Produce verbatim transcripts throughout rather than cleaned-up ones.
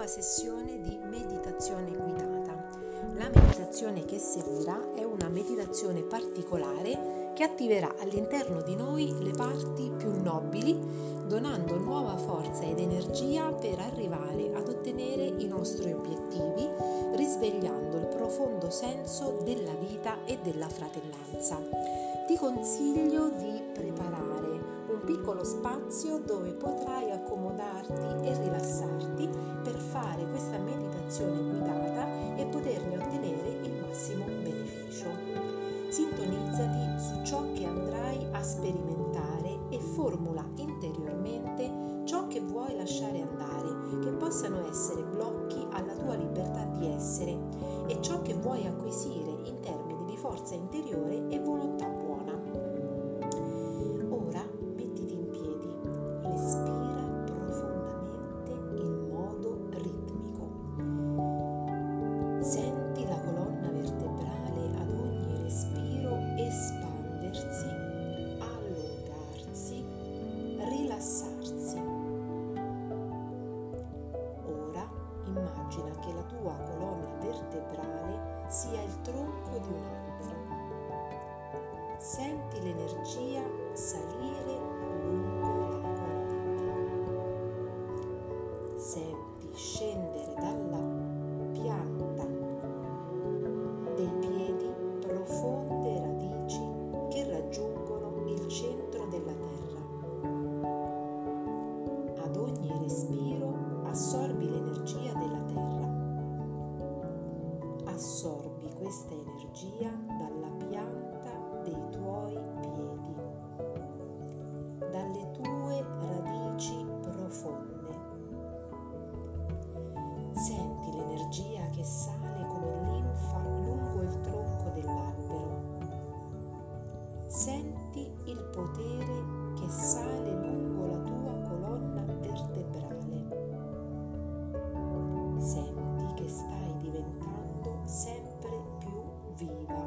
nuova sessione di meditazione guidata. La meditazione che seguirà è una meditazione particolare che attiverà all'interno di noi le parti più nobili, donando nuova forza ed energia per arrivare ad ottenere i nostri obiettivi, risvegliando il profondo senso della vita e della fratellanza. Ti consiglio di preparare un piccolo spazio dove potrai accomodarti e rilassarti per fare questa meditazione guidata e poterne ottenere il massimo beneficio. Sintonizzati su ciò che andrai a sperimentare e formula interiormente ciò che vuoi lasciare andare, che possano essere blocchi alla tua libertà di essere, e ciò che vuoi acquisire in termini di forza interiore e volontà buona. Ora mettiti in piedi, respira profondamente in modo ritmico. Senti la colonna vertebrale ad ogni respiro espandersi, allungarsi, rilassarsi. Ora immagina che la tua colonna vertebrale sia il tronco di un albero. Senti l'energia salire lungo la colonna. Senti scendere dalla pianta dei piedi profonde radici che raggiungono il centro della terra. Ad ogni respiro assorbi l'energia della terra. Assorbi questa energia dalla pianta dei tuoi piedi, dalle tue radici profonde. Senti l'energia che sale come linfa lungo il tronco dell'albero. Senti il potere che sale lungo la tua colonna vertebrale. Senti che stai diventando sempre più viva.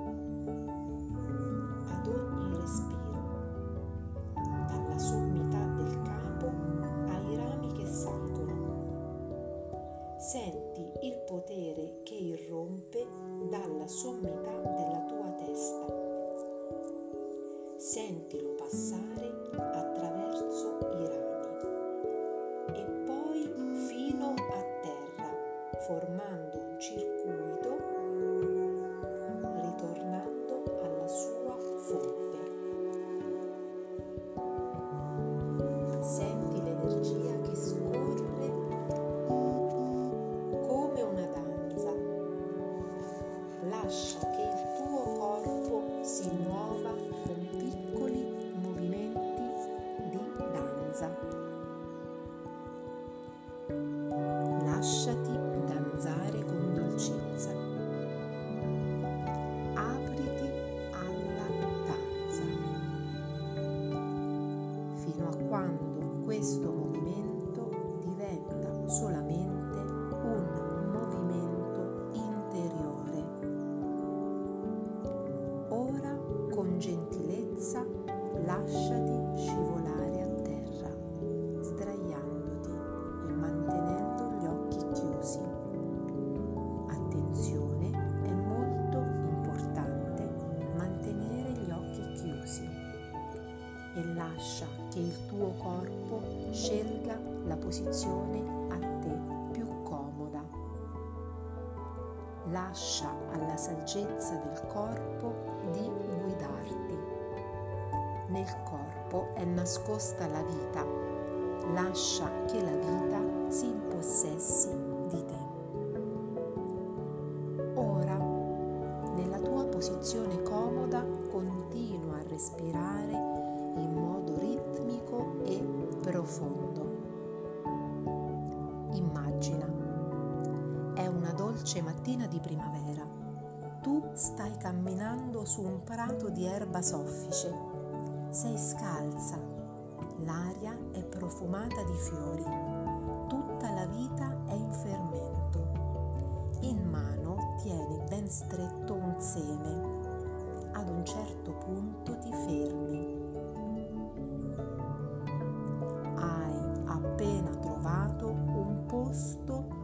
Ad ogni respiro, dalla sommità del capo ai rami che salgono. Senti il potere che irrompe dalla sommità della tua testa. Sentilo passare attraverso i rami e poi fino a terra, formando un circuito, ritornando alla sua fonte. Senti l'energia che scorre come una danza. Lascia che il tuo corpo si muova con piccoli movimenti di danza. Lasciati danzare con dolcezza. Apriti alla danza, fino a quando questo movimento diventa solamente un movimento interiore. Ora, con gentilezza, lasciati scivolare a terra, sdraiandoti e mantenendo gli occhi chiusi. Attenzione, è molto importante mantenere gli occhi chiusi e lascia che il tuo corpo scelga la posizione a te più comoda. Lascia alla saggezza del corpo di guidarti. Nel corpo è nascosta la vita. Lascia che la vita si impossessi di te. Ora, nella tua posizione comoda, continua a respirare in modo ritmico e profondo. Immagina, è una dolce mattina di primavera. Tu stai camminando su un prato di erba soffice. Sei scalza. L'aria è profumata di fiori. Tutta la vita è in fermento. In mano tieni ben stretto un seme. Ad un certo punto ti fermi. Hai appena trovato un posto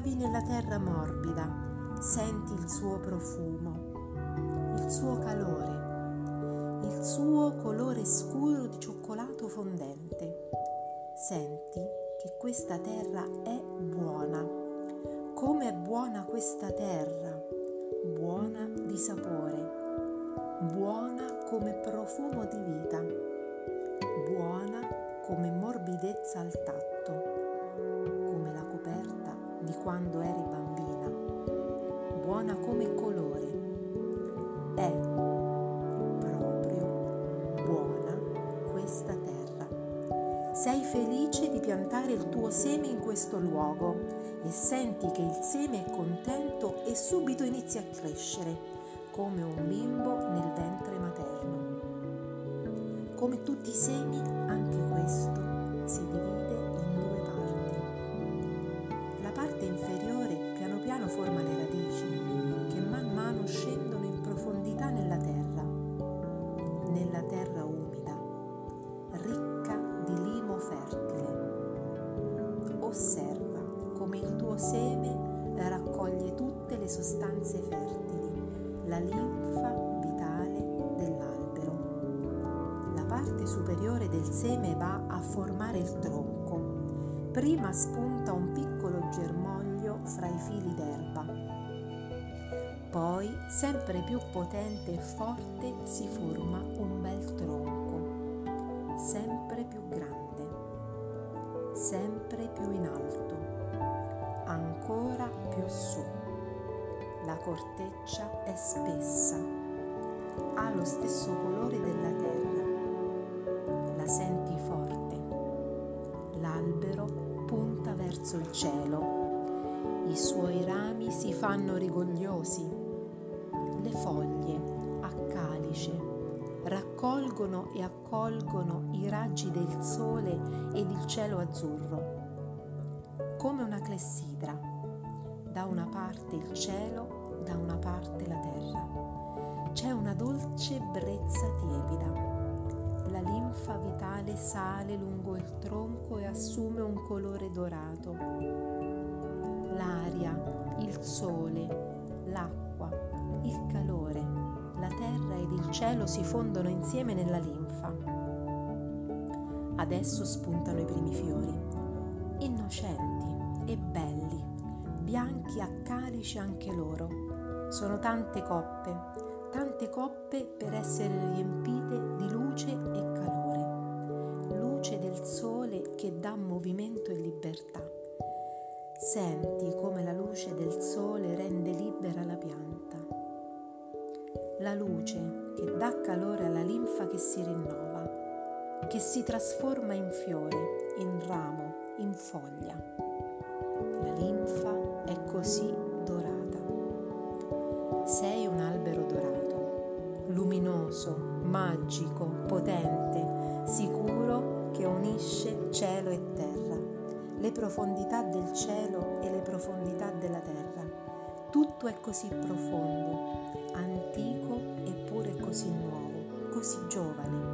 cavi nella terra morbida, senti il suo profumo, il suo calore, il suo colore scuro di cioccolato fondente. Senti che questa terra è buona. Come è buona questa terra, buona di sapore, buona come profumo di vita, buona come morbidezza al tatto, come la coperta di quando eri bambina, buona come colore. È proprio buona questa terra. Sei felice di piantare il tuo seme in questo luogo e senti che il seme è contento e subito inizia a crescere, come un bimbo nel ventre materno. Come tutti i semi, anche questo si divide in due parti. La parte inferiore piano piano forma le radici, che man mano scendono in profondità nella terra, nella terra umida, ricca di limo fertile. Osserva come il tuo seme raccoglie tutte le sostanze fertili, la linfa vitale dell'albero. La parte superiore del seme va a formare il tronco. Prima spunta un piccolo germoglio fra i fili d'erba. Poi, sempre più potente e forte, si forma un bel tronco, sempre più grande, sempre più in alto, ancora più su. La corteccia è spessa, ha lo stesso colore della terra, la senti forte. L'albero punta verso il cielo, i suoi rami si fanno rigogliosi, le foglie a calice raccolgono e accolgono i raggi del sole ed il cielo azzurro, come una clessidra. Da una parte il cielo, da una parte la terra. C'è una dolce brezza tiepida. La linfa vitale sale lungo il tronco e assume un colore dorato. L'aria, il sole, l'acqua, il calore, la terra ed il cielo si fondono insieme nella linfa. Adesso spuntano i primi fiori, innocenti e belli, bianchi a calice anche loro. Sono tante coppe, tante coppe per essere riempite di luce e calore, luce del sole che dà movimento e libertà. Senti come la luce del sole rende libera la pianta. La luce che dà calore alla linfa che si rinnova, che si trasforma in fiore, in ramo, in foglia. La linfa è così dorata. Sei un albero dorato, luminoso, magico, potente, sicuro che unisce cielo e terra, le profondità del cielo e le profondità della terra. Tutto è così profondo, antico eppure così nuovo, così giovane.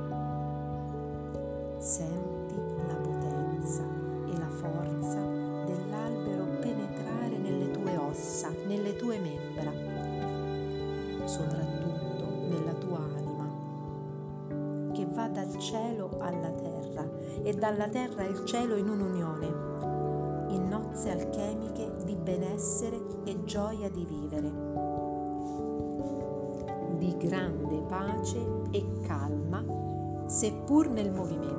Senti la potenza e la forza dell'albero penetrare nelle tue ossa, nelle tue membra, soprattutto nella tua anima, che va dal cielo alla terra e dalla terra al cielo in un'unione, in nozze alchemiche di benessere e gioia di vivere, di grande pace e calma, seppur nel movimento.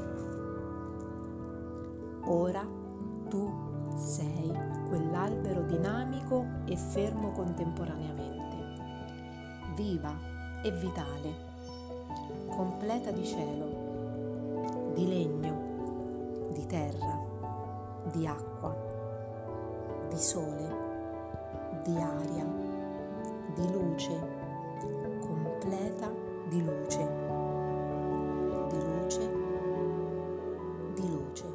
Ora tu sei quell'albero dinamico e fermo contemporaneamente, viva e vitale, completa di cielo, di legno, di terra, di acqua, di sole, di aria, di luce, completa di luce, di luce, di luce.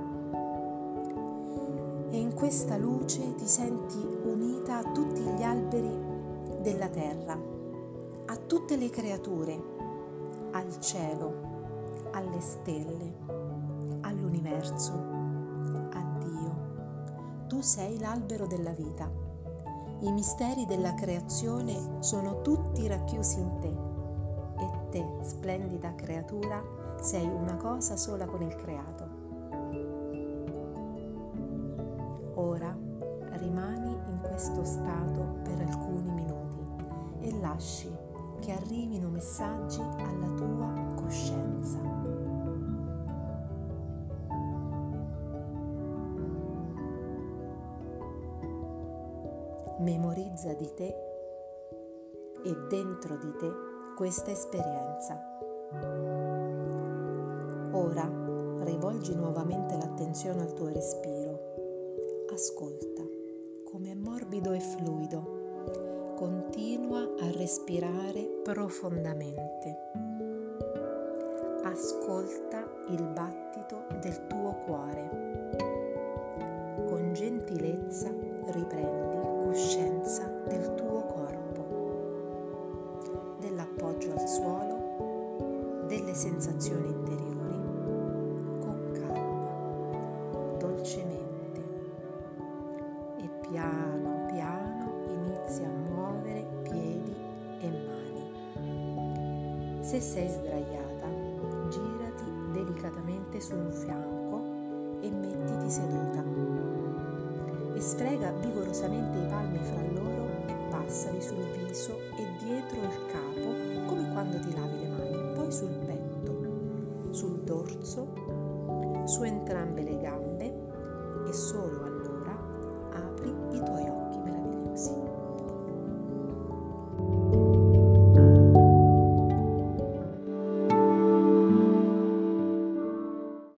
E in questa luce ti senti unita a tutti gli alberi della terra, a tutte le creature, al cielo, alle stelle, all'universo, a Dio. Tu sei l'albero della vita. I misteri della creazione sono tutti racchiusi in te. E te, splendida creatura, sei una cosa sola con il creato. Ora rimani in questo stato per alcuni minuti e lasci che arrivino messaggi alla tua coscienza. Memorizza di te e dentro di te questa esperienza. Ora rivolgi nuovamente l'attenzione al tuo respiro. Ascolta come è morbido e fluido. Continua a respirare profondamente. Ascolta il battito del tuo cuore. Con gentilezza riprendi coscienza del tuo corpo, dell'appoggio al suolo, delle sensazioni interiori, con calma, dolcemente, e piano piano inizia a muovere piedi e mani. Se sei sdraiata, girati delicatamente su un fianco e mettiti seduta. E sfrega vigorosamente i palmi fra loro e passali sul viso e dietro il capo come quando ti lavi le mani, poi sul petto, sul dorso, su entrambe le gambe e solo